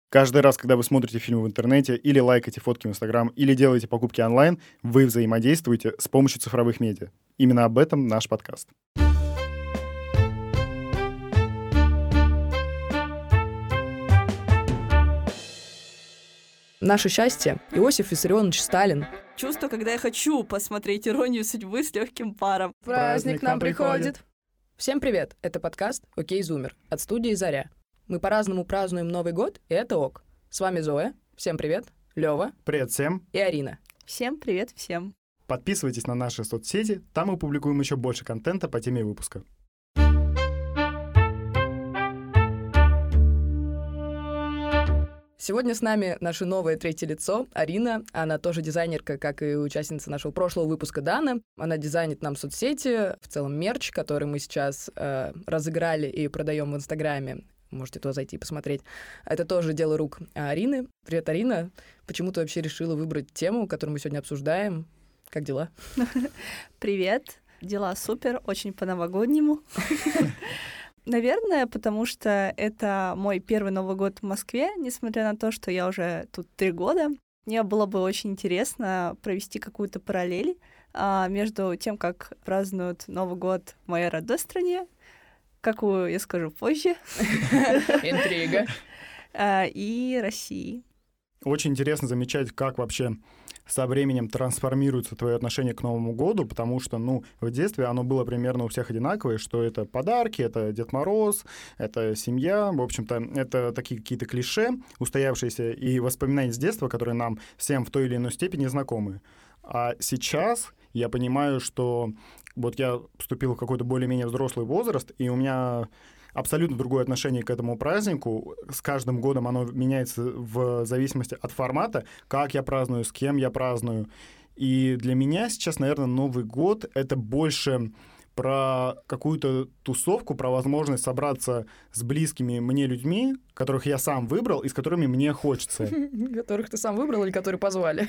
Каждый раз, когда вы смотрите фильмы в интернете, или лайкаете фотки в Инстаграм, или делаете покупки онлайн, вы взаимодействуете с помощью цифровых медиа. Именно об этом наш подкаст. Наше счастье. Иосиф Виссарионович Сталин. Чувство, когда я хочу посмотреть «Иронию судьбы» с легким паром. Праздник нам приходит. Всем привет. Это подкаст «Окей, Зумер» от студии «Заря». Мы по-разному празднуем Новый год, и это ок. С вами Зоя. Всем привет. Лёва. Привет всем. И Арина. Всем привет всем. Подписывайтесь на наши соцсети, там мы публикуем еще больше контента по теме выпуска. Сегодня с нами наше новое третье лицо, Арина. Она тоже дизайнерка, как и участница нашего прошлого выпуска Дана. Она дизайнит нам соцсети, в целом мерч, который мы сейчас разыграли и продаем в Инстаграме. Можете туда зайти и посмотреть. Это тоже дело рук Арины. Привет, Арина. Почему ты вообще решила выбрать тему, которую мы сегодня обсуждаем? Как дела? Привет. Дела супер, очень по-новогоднему. Наверное, потому что это мой первый Новый год в Москве, несмотря на то, что я уже тут 3 года. Мне было бы очень интересно провести какую-то параллель между тем, как празднуют Новый год в моей родной стране, какую я скажу позже. Интрига. И России. Очень интересно замечать, как вообще со временем трансформируется твое отношение к Новому году, потому что, в детстве оно было примерно у всех одинаковое, что это подарки, это Дед Мороз, это семья, в общем-то, это такие какие-то клише, устоявшиеся и воспоминания с детства, которые нам всем в той или иной степени знакомы. А сейчас я понимаю, что вот я вступил в какой-то более-менее взрослый возраст, и у меня абсолютно другое отношение к этому празднику. С каждым годом оно меняется в зависимости от формата, как я праздную, с кем я праздную. И для меня сейчас, наверное, Новый год — это больше про какую-то тусовку, про возможность собраться с близкими мне людьми, которых я сам выбрал и с которыми мне хочется. Которых ты сам выбрал или которые позвали?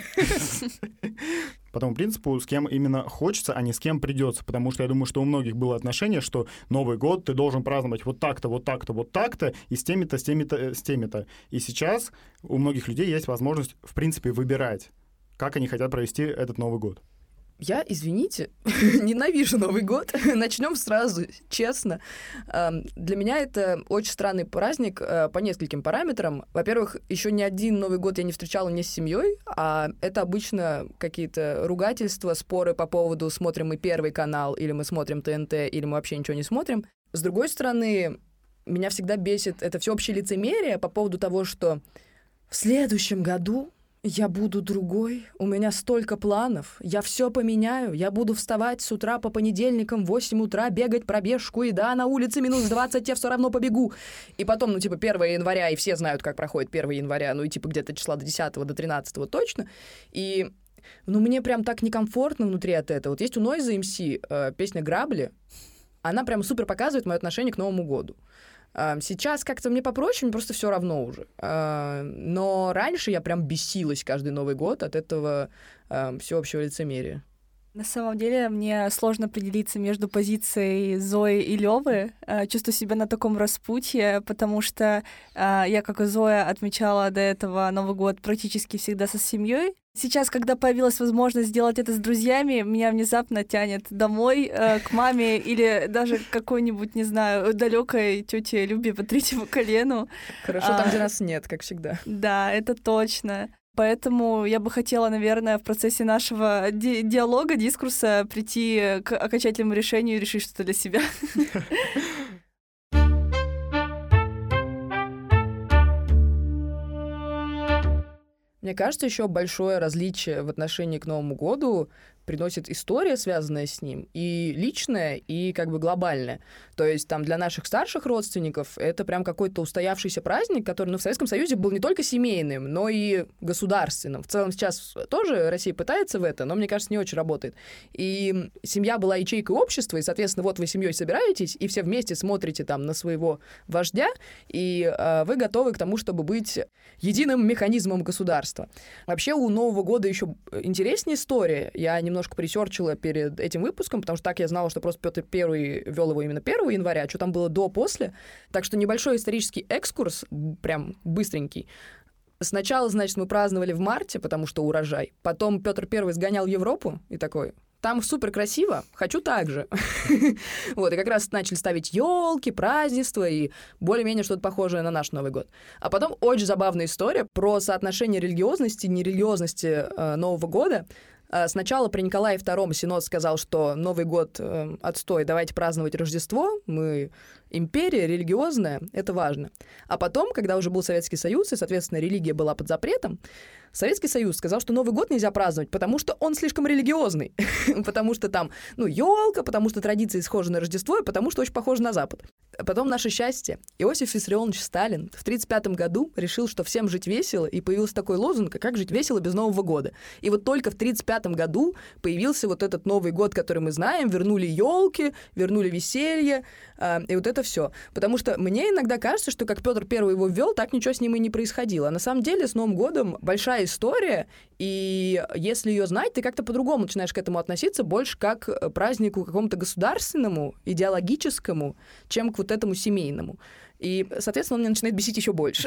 По тому принципу, с кем именно хочется, а не с кем придется. Потому что я думаю, что у многих было отношение, что Новый год ты должен праздновать вот так-то, вот так-то, вот так-то, и с теми-то, с теми-то, с теми-то. И сейчас у многих людей есть возможность, в принципе, выбирать, как они хотят провести этот Новый год. Я, извините, ненавижу Новый год. Начнем сразу, честно. Для меня это очень странный праздник по нескольким параметрам. Во-первых, еще ни один Новый год я не встречала не с семьей, а это обычно какие-то ругательства, споры по поводу, смотрим мы Первый канал, или мы смотрим ТНТ, или мы вообще ничего не смотрим. С другой стороны, меня всегда бесит это всеобщее лицемерие по поводу того, что в следующем году я буду другой, у меня столько планов, я все поменяю, я буду вставать с утра по понедельникам в 8 утра, бегать пробежку, и да, на улице минус 20, я все равно побегу. И потом, 1 января, и все знают, как проходит 1 января, где-то числа до 10 до 13 точно. И, мне прям так некомфортно внутри от этого. Вот есть у Noise MC песня «Грабли», она прям супер показывает мое отношение к Новому году. Сейчас как-то мне попроще, мне просто все равно уже. Но раньше я прям бесилась каждый Новый год от этого всеобщего лицемерия. На самом деле мне сложно определиться между позицией Зои и Лёвы. Чувствую себя на таком распутье, потому что я, как и Зоя, отмечала до этого Новый год практически всегда со семьей. Сейчас, когда появилась возможность сделать это с друзьями, меня внезапно тянет домой, к маме или даже к какой-нибудь, не знаю, далекой тете Любе по 3-му колену. Хорошо, там, где нас нет, как всегда. Да, это точно. Поэтому я бы хотела, наверное, в процессе нашего диалога, дискурса прийти к окончательному решению и решить что-то для себя. Мне кажется, еще большое различие в отношении к Новому году приносит история, связанная с ним, и личная, и глобальная. То есть там для наших старших родственников это прям какой-то устоявшийся праздник, который в Советском Союзе был не только семейным, но и государственным. В целом сейчас тоже Россия пытается в это, но, мне кажется, не очень работает. И семья была ячейкой общества, и, соответственно, вот вы семьей собираетесь, и все вместе смотрите там на своего вождя, и вы готовы к тому, чтобы быть единым механизмом государства. Вообще у Нового года еще интереснее история. Я немного немножко пресерчила перед этим выпуском, потому что так я знала, что просто Петр I вел его именно 1 января, что там было до-после. Так что небольшой исторический экскурс, прям быстренький. Сначала, значит, мы праздновали в марте, потому что урожай. Потом Петр I сгонял в Европу и такой: там супер красиво, хочу так же. Вот, и как раз начали ставить елки, празднества и более-менее что-то похожее на наш Новый год. А потом очень забавная история про соотношение религиозности и нерелигиозности Нового года. Сначала при Николае II Синод сказал, что Новый год отстой, давайте праздновать Рождество, мы империя религиозная, это важно. А потом, когда уже был Советский Союз, и, соответственно, религия была под запретом, Советский Союз сказал, что Новый год нельзя праздновать, потому что он слишком религиозный, потому что там, елка, потому что традиции схожи на Рождество, и потому что очень похожи на Запад. Потом наше счастье. Иосиф Виссарионович Сталин в 1935 году решил, что всем жить весело, и появился такой лозунг: как жить весело без Нового года. И вот только в 1935 году появился вот этот Новый год, который мы знаем, вернули елки, вернули веселье, и вот это все. Потому что мне иногда кажется, что как Петр I его ввел, так ничего с ним и не происходило. А на самом деле с Новым годом большая история, и если ее знать, ты как-то по-другому начинаешь к этому относиться, больше как к празднику какому-то государственному, идеологическому, чем к вот этому семейному. И, соответственно, он меня начинает бесить еще больше.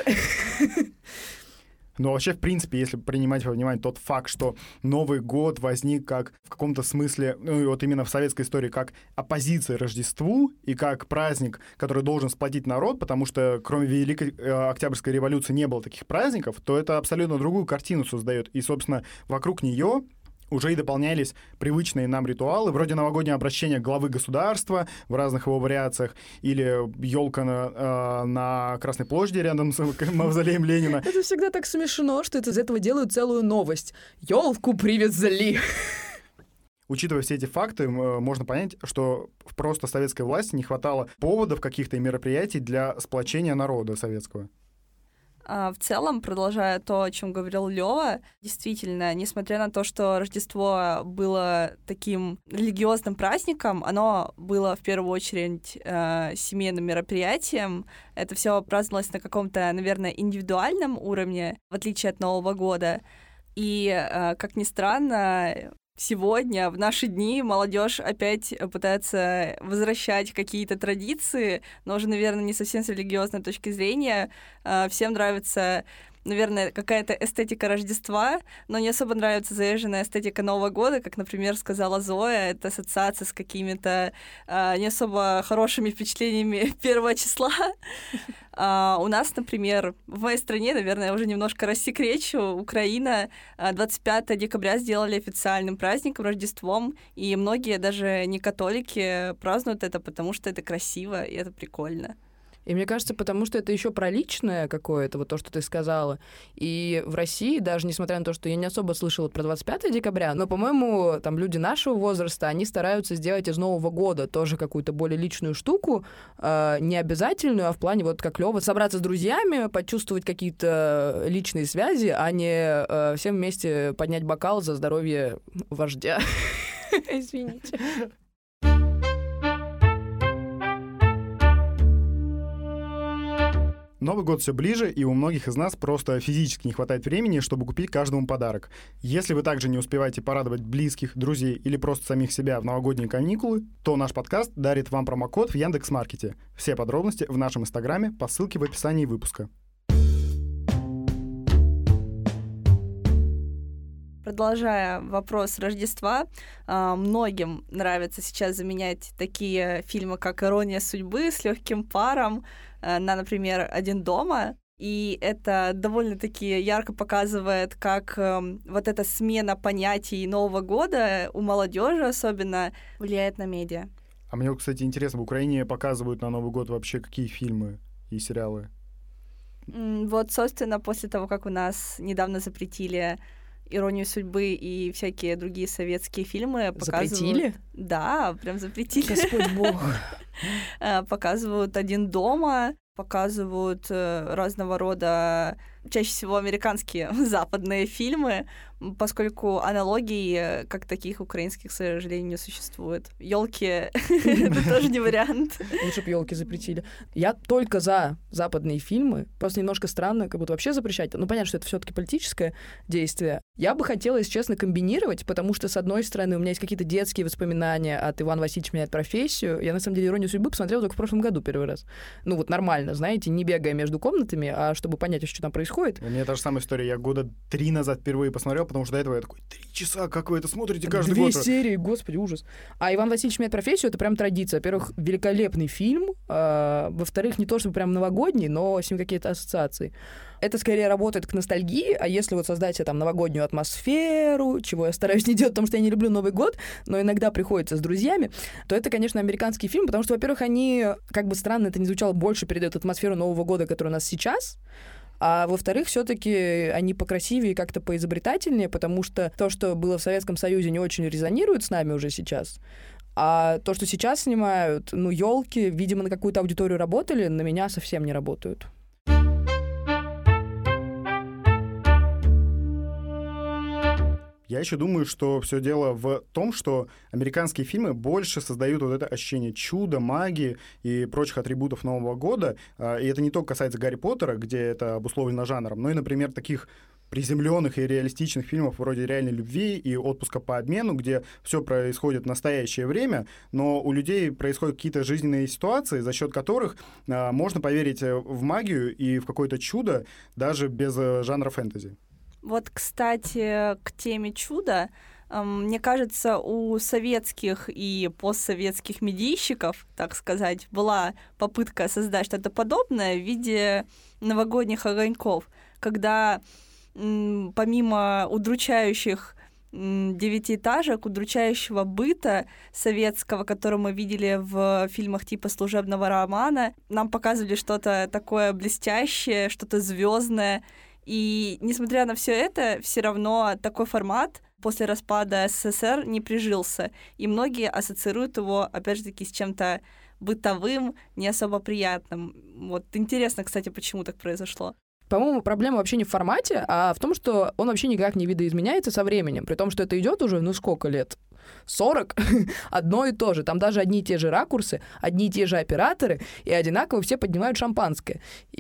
Но вообще, в принципе, если принимать во внимание тот факт, что Новый год возник как в каком-то смысле, вот именно в советской истории, как оппозиция Рождеству и как праздник, который должен сплотить народ, потому что кроме Великой Октябрьской революции не было таких праздников, то это абсолютно другую картину создает. И, собственно, вокруг нее уже и дополнялись привычные нам ритуалы, вроде новогоднего обращения главы государства в разных его вариациях, или елка на Красной площади рядом с мавзолеем Ленина. Это всегда так смешно, что из этого делают целую новость. Елку привезли. Учитывая все эти факты, можно понять, что просто советской власти не хватало поводов каких-то мероприятий для сплочения народа советского. В целом, продолжая то, о чем говорил Лёва, действительно, несмотря на то, что Рождество было таким религиозным праздником, оно было в первую очередь семейным мероприятием. Это все праздновалось на каком-то, наверное, индивидуальном уровне, в отличие от Нового года. И, как ни странно, сегодня, в наши дни, молодежь опять пытается возвращать какие-то традиции, но уже, наверное, не совсем с религиозной точки зрения. Всем нравится, наверное, какая-то эстетика Рождества, но не особо нравится заезженная эстетика Нового года, как, например, сказала Зоя, это ассоциация с какими-то не особо хорошими впечатлениями 1 числа. У нас, например, в моей стране, наверное, я уже немножко рассекречу, Украина 25 декабря сделали официальным праздником, Рождеством, и многие, даже не католики, празднуют это, потому что это красиво и это прикольно. И мне кажется, потому что это еще про личное какое-то, вот то, что ты сказала. И в России, даже несмотря на то, что я не особо слышала про 25 декабря, но, по-моему, там люди нашего возраста, они стараются сделать из Нового года тоже какую-то более личную штуку, не обязательную, а в плане, вот как Лёва, собраться с друзьями, почувствовать какие-то личные связи, а не всем вместе поднять бокал за здоровье вождя. Извините. Новый год все ближе, и у многих из нас просто физически не хватает времени, чтобы купить каждому подарок. Если вы также не успеваете порадовать близких, друзей или просто самих себя в новогодние каникулы, то наш подкаст дарит вам промокод в Яндекс.Маркете. Все подробности в нашем инстаграме по ссылке в описании выпуска. Продолжая вопрос Рождества, многим нравится сейчас заменять такие фильмы, как «Ирония судьбы» с легким паром на, например, «Один дома». И это довольно-таки ярко показывает, как вот эта смена понятий Нового года у молодежи особенно влияет на медиа. А мне, кстати, интересно, в Украине показывают на Новый год вообще какие фильмы и сериалы? Вот, собственно, после того, как у нас недавно запретили «Иронию судьбы» и всякие другие советские фильмы показывают... Запретили? Да, прям запретили. Господь Бог. Показывают «Один дома», показывают разного рода чаще всего американские западные фильмы, поскольку аналогий как таких украинских, к сожалению, не существует. Ёлки это тоже не вариант. Лучше бы ёлки запретили. Я только за западные фильмы. Просто немножко странно, как будто вообще запрещать. Ну, понятно, что это все-таки политическое действие. Я бы хотела, если честно, комбинировать, потому что, с одной стороны, у меня есть какие-то детские воспоминания от «Иван Васильевич меняет профессию». Я, на самом деле, «Иронию судьбы» посмотрела только в прошлом году первый раз. Ну, вот нормально, знаете, не бегая между комнатами, а чтобы понять, что там происходит. У меня та же самая история. Я года 3 назад впервые посмотрел, потому что до этого я такой: 3 часа, как вы это смотрите каждый год? 2 серии, господи, ужас. А «Иван Васильевич меняет профессию» — это прям традиция. Во-первых, великолепный фильм. Во-вторых, не то, чтобы прям новогодний, но с ним какие-то ассоциации. Это скорее работает к ностальгии, а если вот создать там новогоднюю атмосферу, чего я стараюсь не делать, потому что я не люблю Новый год, но иногда приходится с друзьями, то это, конечно, американский фильм, потому что, во-первых, они, как бы странно это ни звучало, больше передают атмосферу Нового года, который у нас сейчас, а во-вторых, все-таки они покрасивее и как-то поизобретательнее, потому что то, что было в Советском Союзе, не очень резонирует с нами уже сейчас. А то, что сейчас снимают, ну, елки, видимо, на какую-то аудиторию работали, на меня совсем не работают. Я еще думаю, что все дело в том, что американские фильмы больше создают вот это ощущение чуда, магии и прочих атрибутов Нового года. И это не только касается Гарри Поттера, где это обусловлено жанром, но и, например, таких приземленных и реалистичных фильмов вроде «Реальной любви» и «Отпуска по обмену», где все происходит в настоящее время, но у людей происходят какие-то жизненные ситуации, за счет которых можно поверить в магию и в какое-то чудо даже без жанра фэнтези. Вот, кстати, к теме чуда, мне кажется, у советских и постсоветских медийщиков, так сказать, была попытка создать что-то подобное в виде новогодних огоньков, когда помимо удручающих девятиэтажек, удручающего быта советского, который мы видели в фильмах типа «Служебного романа», нам показывали что-то такое блестящее, что-то звездное. И несмотря на все это, все равно такой формат после распада СССР не прижился. И многие ассоциируют его, опять же таки, с чем-то бытовым, не особо приятным. Вот интересно, кстати, почему так произошло. По-моему, проблема вообще не в формате, а в том, что он вообще никак не видоизменяется со временем, при том, что это идет уже, ну сколько лет? 40, одно и то же. Там даже одни и те же ракурсы, одни и те же операторы, и одинаково все поднимают шампанское.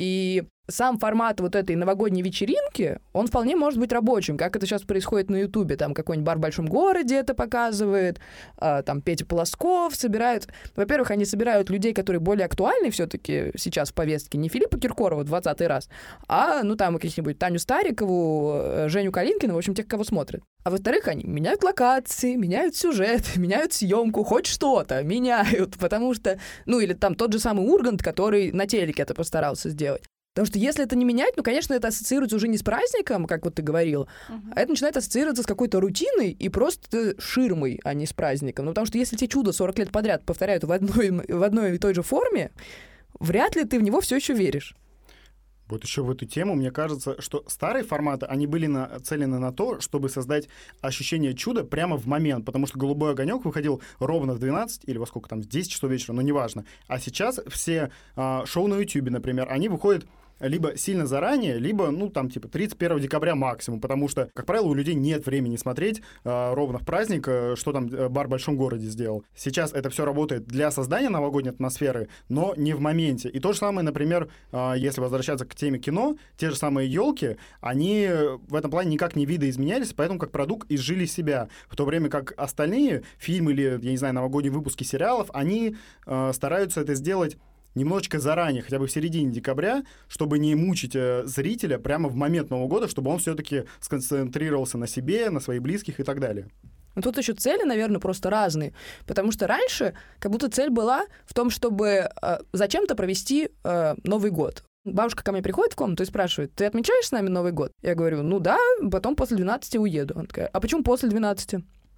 И сам формат вот этой новогодней вечеринки, он вполне может быть рабочим, как это сейчас происходит на Ютубе. Там какой-нибудь бар в большом городе это показывает, там Петя Полосков собирает. Во-первых, они собирают людей, которые более актуальны все-таки сейчас в повестке. Не Филиппа Киркорова 20-й раз, а, ну, там каких-нибудь Таню Старикову, Женю Калинкину, в общем, тех, кого смотрят. А во-вторых, они меняют локации, меняют сюжет, меняют съемку, хоть что-то меняют, потому что, ну, или там тот же самый Ургант, который на телеке это постарался сделать. Потому что если это не менять, ну, конечно, это ассоциируется уже не с праздником, как вот ты говорил, а это начинает ассоциироваться с какой-то рутиной и просто ширмой, а не с праздником. Ну, потому что если тебе чудо 40 лет подряд повторяют в одной и той же форме, вряд ли ты в него все еще веришь. Вот еще в эту тему, мне кажется, что старые форматы, они были нацелены на то, чтобы создать ощущение чуда прямо в момент, потому что «Голубой огонек» выходил ровно в 12 или во сколько там, в 10 часов вечера, но неважно. А сейчас все шоу на YouTube, например, они выходят либо сильно заранее, либо, ну, там, типа, 31 декабря максимум, потому что, как правило, у людей нет времени смотреть ровно в праздник, что там бар в большом городе сделал. Сейчас это все работает для создания новогодней атмосферы, но не в моменте. И то же самое, например, если возвращаться к теме кино, те же самые «Елки», они в этом плане никак не видоизменялись, поэтому как продукт изжили себя. В то время как остальные фильмы или, я не знаю, новогодние выпуски сериалов, они стараются это сделать немножечко заранее, хотя бы в середине декабря, чтобы не мучить зрителя прямо в момент Нового года, чтобы он все-таки сконцентрировался на себе, на своих близких и так далее. Но тут еще цели, наверное, просто разные. Потому что раньше как будто цель была в том, чтобы зачем-то провести Новый год. Бабушка ко мне приходит в комнату и спрашивает: ты отмечаешь с нами Новый год? Я говорю: ну да, потом после 12 уеду. Она такая: а почему после 12?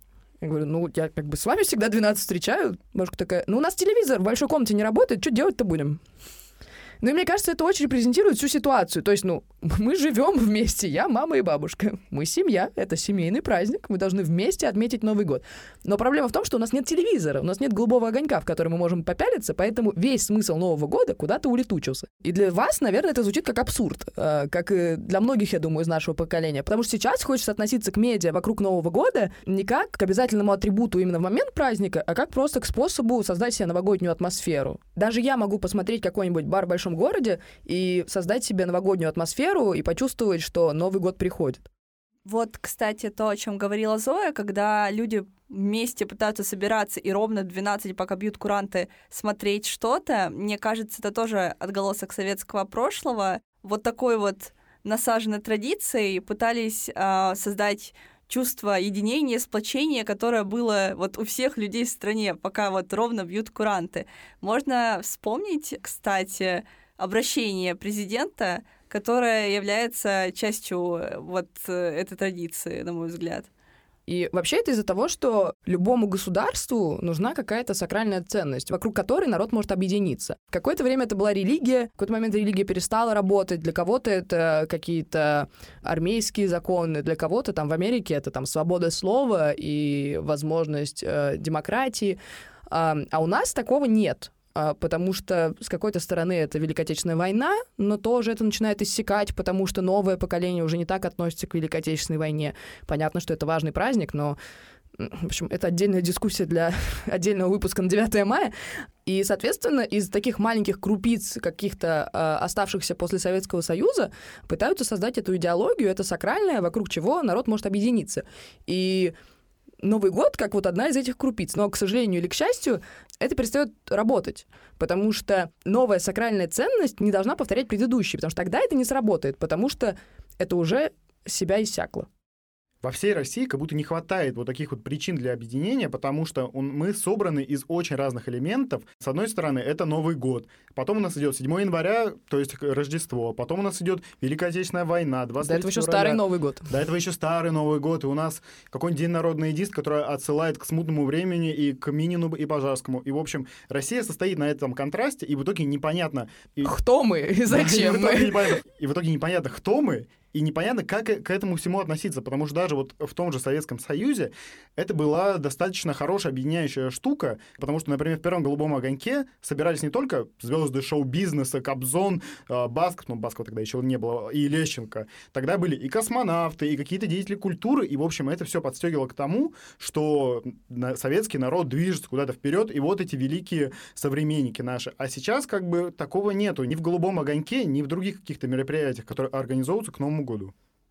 Я говорю: ну, я как бы с вами всегда 12 встречаю. Бабушка такая: ну, у нас телевизор в большой комнате не работает, что делать-то будем? Ну и мне кажется, это очень репрезентирует всю ситуацию. То есть, мы живем вместе, я, мама и бабушка. Мы семья, это семейный праздник, мы должны вместе отметить Новый год. Но проблема в том, что у нас нет телевизора, у нас нет голубого огонька, в который мы можем попялиться, поэтому весь смысл Нового года куда-то улетучился. И для вас, наверное, это звучит как абсурд, как и для многих, я думаю, из нашего поколения. Потому что сейчас хочется относиться к медиа вокруг Нового года не как к обязательному атрибуту именно в момент праздника, а как просто к способу создать себе новогоднюю атмосферу. Даже я могу посмотреть какой-нибудь бар в большом городе и создать себе новогоднюю атмосферу и почувствовать, что Новый год приходит. Вот, кстати, то, о чем говорила Зоя, когда люди вместе пытаются собираться и ровно в 12, пока бьют куранты, смотреть что-то, мне кажется, это тоже отголосок советского прошлого. Вот такой вот насаженной традицией пытались создать чувство единения, сплочения, которое было вот у всех людей в стране, пока вот ровно бьют куранты. Можно вспомнить, кстати, обращение президента, которое является частью вот этой традиции, на мой взгляд. И вообще это из-за того, что любому государству нужна какая-то сакральная ценность, вокруг которой народ может объединиться. Какое-то время это была религия, в какой-то момент религия перестала работать, для кого-то это какие-то армейские законы, для кого-то там в Америке это там свобода слова и возможность демократии, а у нас такого нет. Потому что с какой-то стороны это Великая Отечественная война, но тоже это начинает иссякать, потому что новое поколение уже не так относится к Великой Отечественной войне. Понятно, что это важный праздник, но, в общем, это отдельная дискуссия для отдельного выпуска на 9 мая. И, соответственно, из таких маленьких крупиц каких-то оставшихся после Советского Союза пытаются создать эту идеологию, это сакральное, вокруг чего народ может объединиться. И Новый год как вот одна из этих крупиц. Но, к сожалению или к счастью, это перестает работать, потому что новая сакральная ценность не должна повторять предыдущие, потому что тогда это не сработает, потому что это уже себя иссякло. Во всей России как будто не хватает вот таких вот причин для объединения, потому что мы собраны из очень разных элементов. С одной стороны, это Новый год. Потом у нас идет 7 января, то есть Рождество. Потом у нас идет Великая Отечественная война, 23 До этого еще старый Новый год. До этого еще старый Новый год. И у нас какой-нибудь День народного единства, который отсылает к смутному времени и к Минину и Пожарскому. И, в общем, Россия состоит на этом контрасте, и в итоге непонятно... Кто мы и зачем мы? И в итоге непонятно, кто мы, и непонятно, как к этому всему относиться, потому что даже вот в том же Советском Союзе это была достаточно хорошая объединяющая штука, потому что, например, в первом «Голубом огоньке» собирались не только звезды шоу-бизнеса, Кобзон, Басков, Баскова тогда еще не было, и Лещенко. Тогда были и космонавты, и какие-то деятели культуры, и, в общем, это все подстегивало к тому, что советский народ движется куда-то вперед, и вот эти великие современники наши. А сейчас как бы такого нету ни в «Голубом огоньке», ни в других каких-то мероприятиях, которые организовываются к Новому году.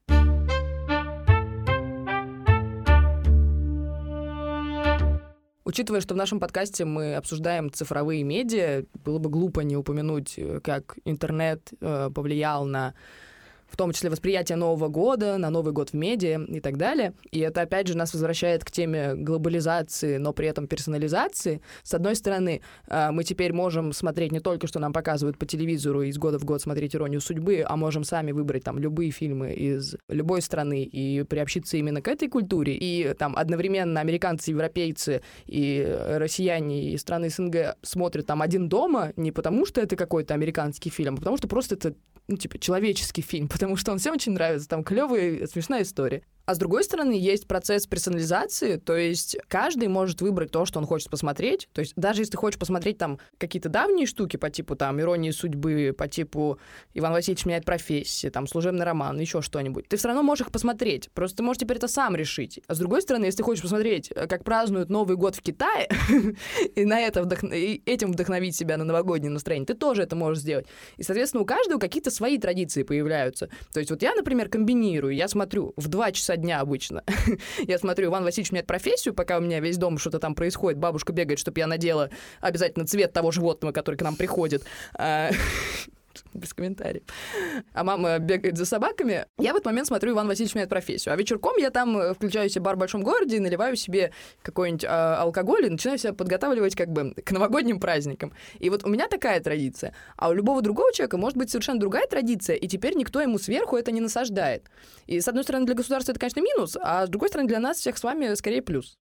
Учитывая, что в нашем подкасте мы обсуждаем цифровые медиа, было бы глупо не упомянуть, как интернет повлиял на, в том числе, восприятие Нового года, на Новый год в медиа и так далее. И это, опять же, нас возвращает к теме глобализации, но при этом персонализации. С одной стороны, мы теперь можем смотреть не только, что нам показывают по телевизору, из года в год смотреть «Иронию судьбы», а можем сами выбрать там любые фильмы из любой страны и приобщиться именно к этой культуре. И там одновременно американцы, европейцы и россияне и страны СНГ смотрят там «Один дома» не потому, что это какой-то американский фильм, а потому что просто это человеческий фильм, потому что он всем очень нравится, там клёвая, смешная история. А с другой стороны, есть процесс персонализации, то есть каждый может выбрать то, что он хочет посмотреть. То есть даже если ты хочешь посмотреть там какие-то давние штуки по типу там «Иронии судьбы», по типу «Иван Васильевич меняет профессию», там «Служебный роман», еще что-нибудь, ты все равно можешь их посмотреть. Просто ты можешь теперь это сам решить. А с другой стороны, если ты хочешь посмотреть, как празднуют Новый год в Китае, и на это этим вдохновить себя на новогоднее настроение, ты тоже это можешь сделать. И, соответственно, у каждого какие-то свои традиции появляются. То есть вот я, например, комбинирую, я смотрю в 2 часа дня обычно. Я смотрю, Иван Васильевич меняет профессию, пока у меня весь дом что-то там происходит, бабушка бегает, чтобы я надела обязательно цвет того животного, который к нам приходит. Без комментариев. А мама бегает за собаками. Я в этот момент смотрю, Иван Васильевич меняет профессию. А вечерком я там включаю себе бар в большом городе, наливаю себе какой-нибудь алкоголь и начинаю себя подготавливать как бы к новогодним праздникам. И вот у меня такая традиция. А у любого другого человека может быть совершенно другая традиция, и теперь никто ему сверху это не насаждает. И с одной стороны, для государства это, конечно, минус, а с другой стороны, для нас всех с вами скорее плюс.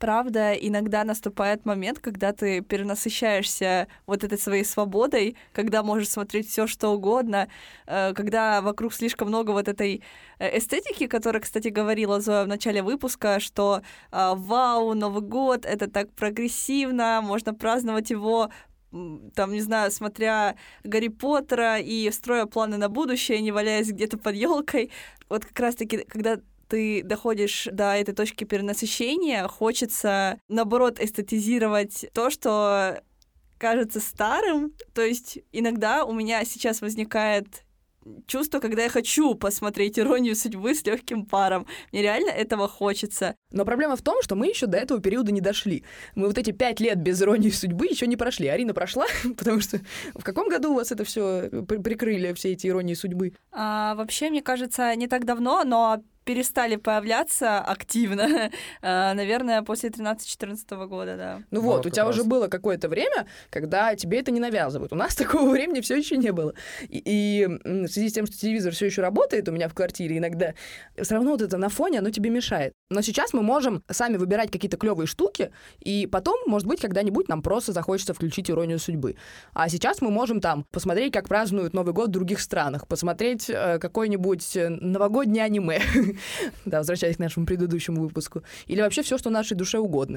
правда, иногда наступает момент, когда ты перенасыщаешься вот этой своей свободой, когда можешь смотреть все что угодно, когда вокруг слишком много вот этой эстетики, которая, кстати, говорила Зоя в начале выпуска, что вау, Новый год, это так прогрессивно, можно праздновать его, там, не знаю, смотря Гарри Поттера и строя планы на будущее, не валяясь где-то под елкой. Вот как раз-таки, когда ты доходишь до этой точки перенасыщения, хочется, наоборот, эстетизировать то, что кажется старым. То есть иногда у меня сейчас возникает чувство, когда я хочу посмотреть «Иронию судьбы» с легким паром. Мне реально этого хочется. Но проблема в том, что мы еще до этого периода не дошли. Мы вот эти 5 лет без «Иронии судьбы» еще не прошли. Арина прошла, потому что в каком году у вас это все прикрыли, все эти «Иронии судьбы»? Вообще, мне кажется, не так давно, но перестали появляться активно, наверное, после 13-14 года, да. Ну вот, у тебя уже было какое-то время, когда тебе это не навязывают. У нас такого времени все еще не было. И в связи с тем, что телевизор все еще работает у меня в квартире иногда, все равно вот это на фоне, оно тебе мешает. Но сейчас мы можем сами выбирать какие-то клевые штуки, и потом, может быть, когда-нибудь нам просто захочется включить «Иронию судьбы». А сейчас мы можем там посмотреть, как празднуют Новый год в других странах, посмотреть какое-нибудь новогоднее аниме. Да, возвращаясь к нашему предыдущему выпуску. Или вообще все, что нашей душе угодно.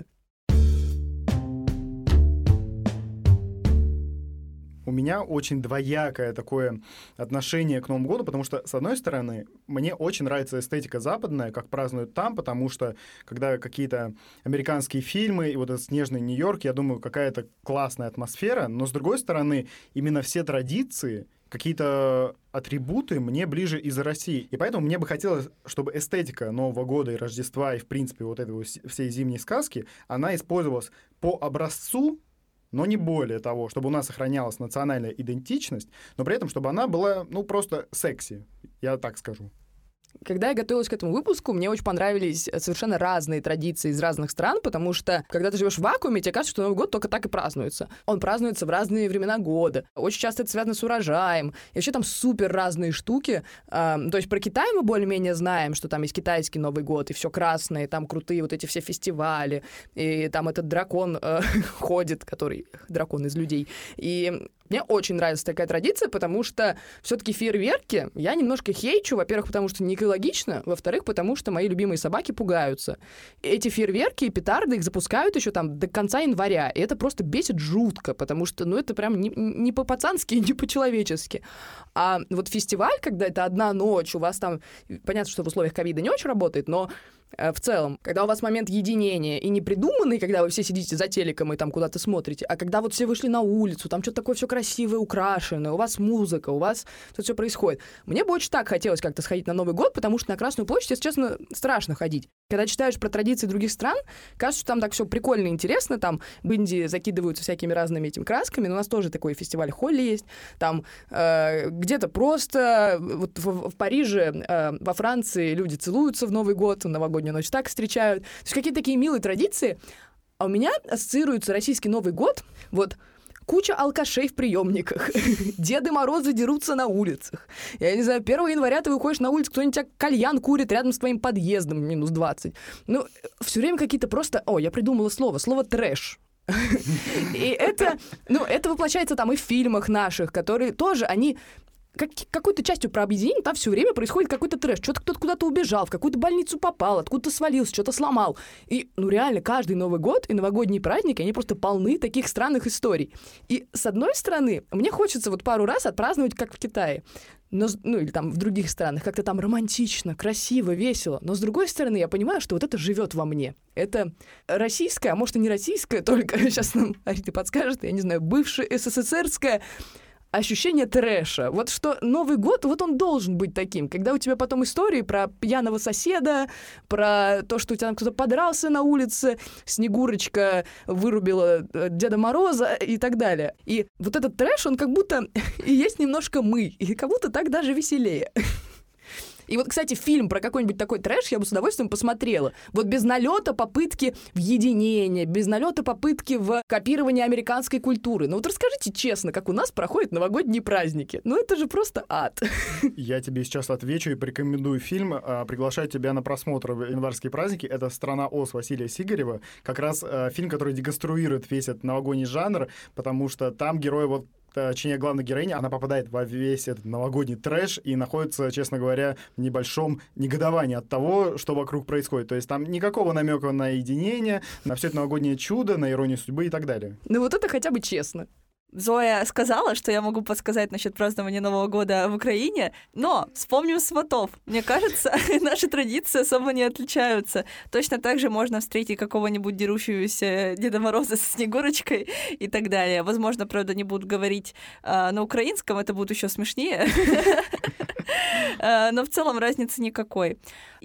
У меня очень двоякое такое отношение к Новому году, потому что, с одной стороны, мне очень нравится эстетика западная, как празднуют там, потому что, когда какие-то американские фильмы, и вот этот снежный Нью-Йорк, я думаю, какая-то классная атмосфера, но, с другой стороны, именно все традиции, какие-то атрибуты мне ближе из России. И поэтому мне бы хотелось, чтобы эстетика Нового года и Рождества, и, в принципе, вот этой всей зимней сказки, она использовалась по образцу, но не более того, чтобы у нас сохранялась национальная идентичность, но при этом, чтобы она была, ну, просто секси, я так скажу. Когда я готовилась к этому выпуску, мне очень понравились совершенно разные традиции из разных стран, потому что, когда ты живешь в вакууме, тебе кажется, что Новый год только так и празднуется. Он празднуется в разные времена года. Очень часто это связано с урожаем. И вообще там супер разные штуки. То есть про Китай мы более-менее знаем, что там есть китайский Новый год, и все красное, и там крутые вот эти все фестивали, и там этот дракон ходит, который дракон из людей. И мне очень нравится такая традиция, потому что все-таки фейерверки я немножко хейчу, во-первых, потому что не экологично, во-вторых, потому что мои любимые собаки пугаются. Эти фейерверки и петарды их запускают еще там до конца января, и это просто бесит жутко, потому что, ну, это прям не по-пацански, не по-человечески. А вот фестиваль, когда это одна ночь, у вас там, понятно, что в условиях ковида не очень работает, но в целом, когда у вас момент единения и не придуманный, когда вы все сидите за телеком и там куда-то смотрите, а когда вот все вышли на улицу, там что-то такое все красивое, украшенное, у вас музыка, у вас тут все происходит. Мне бы очень так хотелось как-то сходить на Новый год, потому что на Красную площадь, если честно, страшно ходить. Когда читаешь про традиции других стран, кажется, что там так все прикольно и интересно, там бинди закидываются всякими разными этими красками, но у нас тоже такой фестиваль Холли есть, там где-то просто вот в Париже, во Франции люди целуются в Новый год, в новогоднюю ночь так встречают. То есть какие-то такие милые традиции. А у меня ассоциируется российский Новый год, вот, куча алкашей в приемниках, Деды Морозы дерутся на улицах. Я не знаю, 1 января ты выходишь на улицу, кто-нибудь тебя кальян курит рядом с твоим подъездом, минус 20. Ну, все время какие-то просто... О, я придумала слово трэш. И это воплощается там и в фильмах наших, которые тоже, они... какой-то частью про объединение там все время происходит какой-то трэш. Что-то кто-то куда-то убежал, в какую-то больницу попал, откуда-то свалился, что-то сломал. И, ну, реально, каждый Новый год и новогодние праздники, они просто полны таких странных историй. И, с одной стороны, мне хочется вот пару раз отпраздновать, как в Китае. Но, ну, или там в других странах, как-то там романтично, красиво, весело. Но, с другой стороны, я понимаю, что вот это живет во мне. Это российское, а может и не российское, только сейчас нам Арита подскажет, я не знаю, бывшее СССРское ощущение трэша. Вот что Новый год, вот он должен быть таким. Когда у тебя потом истории про пьяного соседа, про то, что у тебя там кто-то подрался на улице, Снегурочка вырубила Деда Мороза и так далее. И вот этот трэш, он как будто и есть немножко мы, и как будто так даже веселее. И вот, кстати, фильм про какой-нибудь такой трэш я бы с удовольствием посмотрела. Вот без налета попытки в единение, без налета попытки в копирование американской культуры. Ну вот расскажите честно, как у нас проходят новогодние праздники. Ну это же просто ад. Я тебе сейчас отвечу и порекомендую фильм. Приглашаю тебя на просмотр в январские праздники. Это «Страна Оз» Василия Сигарева. Как раз фильм, который деконструирует весь этот новогодний жанр, потому что там герой вот точнее, главная героиня, она попадает во весь этот новогодний трэш и находится, честно говоря, в небольшом негодовании от того, что вокруг происходит. То есть там никакого намека на единение, на все это новогоднее чудо, на иронию судьбы и так далее. Ну вот это хотя бы честно. Зоя сказала, что я могу подсказать насчет празднования Нового года в Украине, но вспомним сватов. Мне кажется, наши традиции особо не отличаются. Точно так же можно встретить какого-нибудь дерущегося Деда Мороза со Снегурочкой и так далее. Возможно, правда, не будут говорить на украинском, это будет еще смешнее. Но в целом разницы никакой.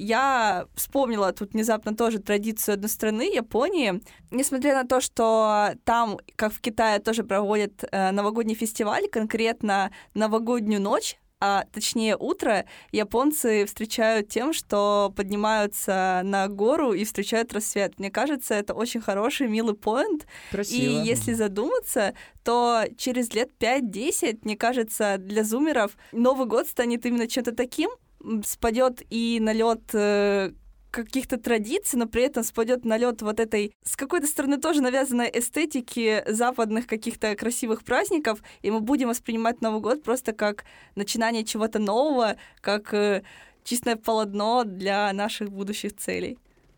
Я вспомнила тут внезапно тоже традицию одной страны, Японии. Несмотря на то, что там, как в Китае, тоже проводят новогодний фестиваль, конкретно новогоднюю ночь, а точнее утро, японцы встречают тем, что поднимаются на гору и встречают рассвет. Мне кажется, это очень хороший, милый поинт. Красиво. И если задуматься, то через лет 5-10, мне кажется, для зумеров Новый год станет именно чем-то таким, спадет и налет каких-то традиций, но при этом спадет налет вот этой, с какой-то стороны, тоже навязанной эстетики западных каких-то красивых праздников, и мы будем воспринимать Новый год просто как начинание чего-то нового, как чистое полотно для наших будущих целей.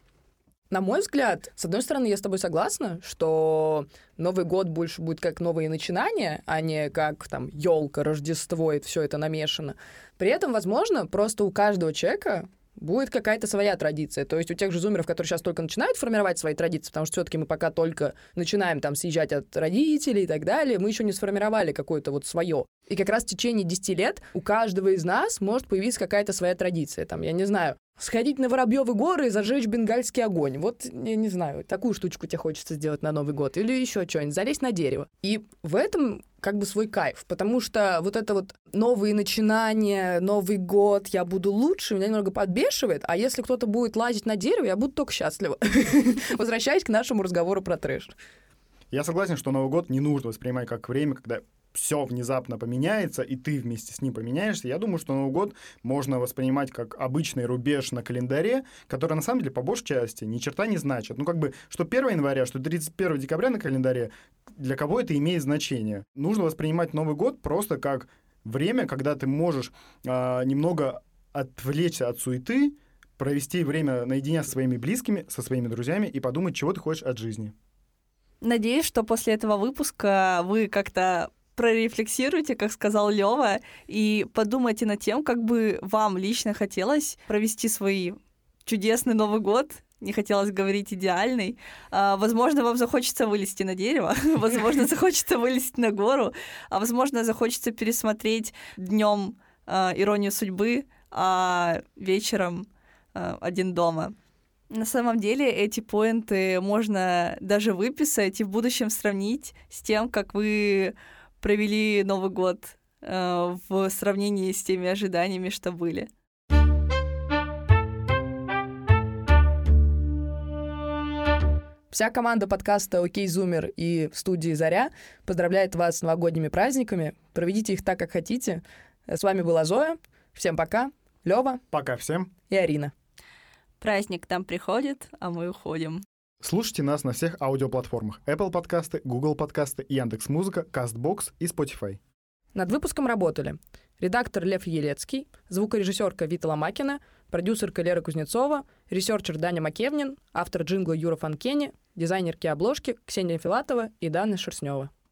На мой взгляд, с одной стороны, я с тобой согласна, что Новый год больше будет как новые начинания, а не как там елка, Рождество и все это намешано. При этом, возможно, просто у каждого человека будет какая-то своя традиция. То есть у тех же зумеров, которые сейчас только начинают формировать свои традиции, потому что все-таки мы пока только начинаем там съезжать от родителей и так далее, мы еще не сформировали какое-то вот свое. И как раз в течение 10 лет у каждого из нас может появиться какая-то своя традиция. Там, я не знаю, сходить на Воробьевы горы и зажечь бенгальский огонь. Вот, я не знаю, такую штучку тебе хочется сделать на Новый год. Или еще что-нибудь, залезть на дерево. И в этом как бы свой кайф, потому что вот это вот новые начинания, Новый год, я буду лучше, меня немного подбешивает, а если кто-то будет лазить на дерево, я буду только счастлива. Возвращаясь к нашему разговору про трэш. Я согласен, что Новый год не нужно воспринимать как время, когда все внезапно поменяется, и ты вместе с ним поменяешься. Я думаю, что Новый год можно воспринимать как обычный рубеж на календаре, который, на самом деле, по большей части ни черта не значит. Ну, как бы, что 1 января, что 31 декабря на календаре, для кого это имеет значение? Нужно воспринимать Новый год просто как время, когда ты можешь немного отвлечься от суеты, провести время наедине со своими близкими, со своими друзьями и подумать, чего ты хочешь от жизни. Надеюсь, что после этого выпуска вы как-то прорефлексируйте, как сказал Лёва, и подумайте над тем, как бы вам лично хотелось провести свой чудесный Новый год. Не хотелось говорить идеальный. Возможно, вам захочется вылезти на дерево, возможно, захочется вылезти на гору, а возможно, захочется пересмотреть днем «Иронию судьбы», а вечером «Один дома». На самом деле эти поинты можно даже выписать и в будущем сравнить с тем, как вы провели Новый год в сравнении с теми ожиданиями, что были. Вся команда подкаста «Окей, Зумер» и студии «Заря» поздравляет вас с новогодними праздниками. Проведите их так, как хотите. С вами была Зоя. Всем пока. Лёва. Пока всем. И Арина. Праздник к нам приходит, а мы уходим. Слушайте нас на всех аудиоплатформах: Apple подкасты, Google подкасты, Яндекс.Музыка, Castbox и Spotify. Над выпуском работали редактор Лев Елецкий, звукорежиссерка Вита Ломакина, продюсерка Лера Кузнецова, ресерчер Даня Макевнин, автор джингла Юра Фанкени, дизайнерки обложки Ксения Филатова и Дана Шерстнева.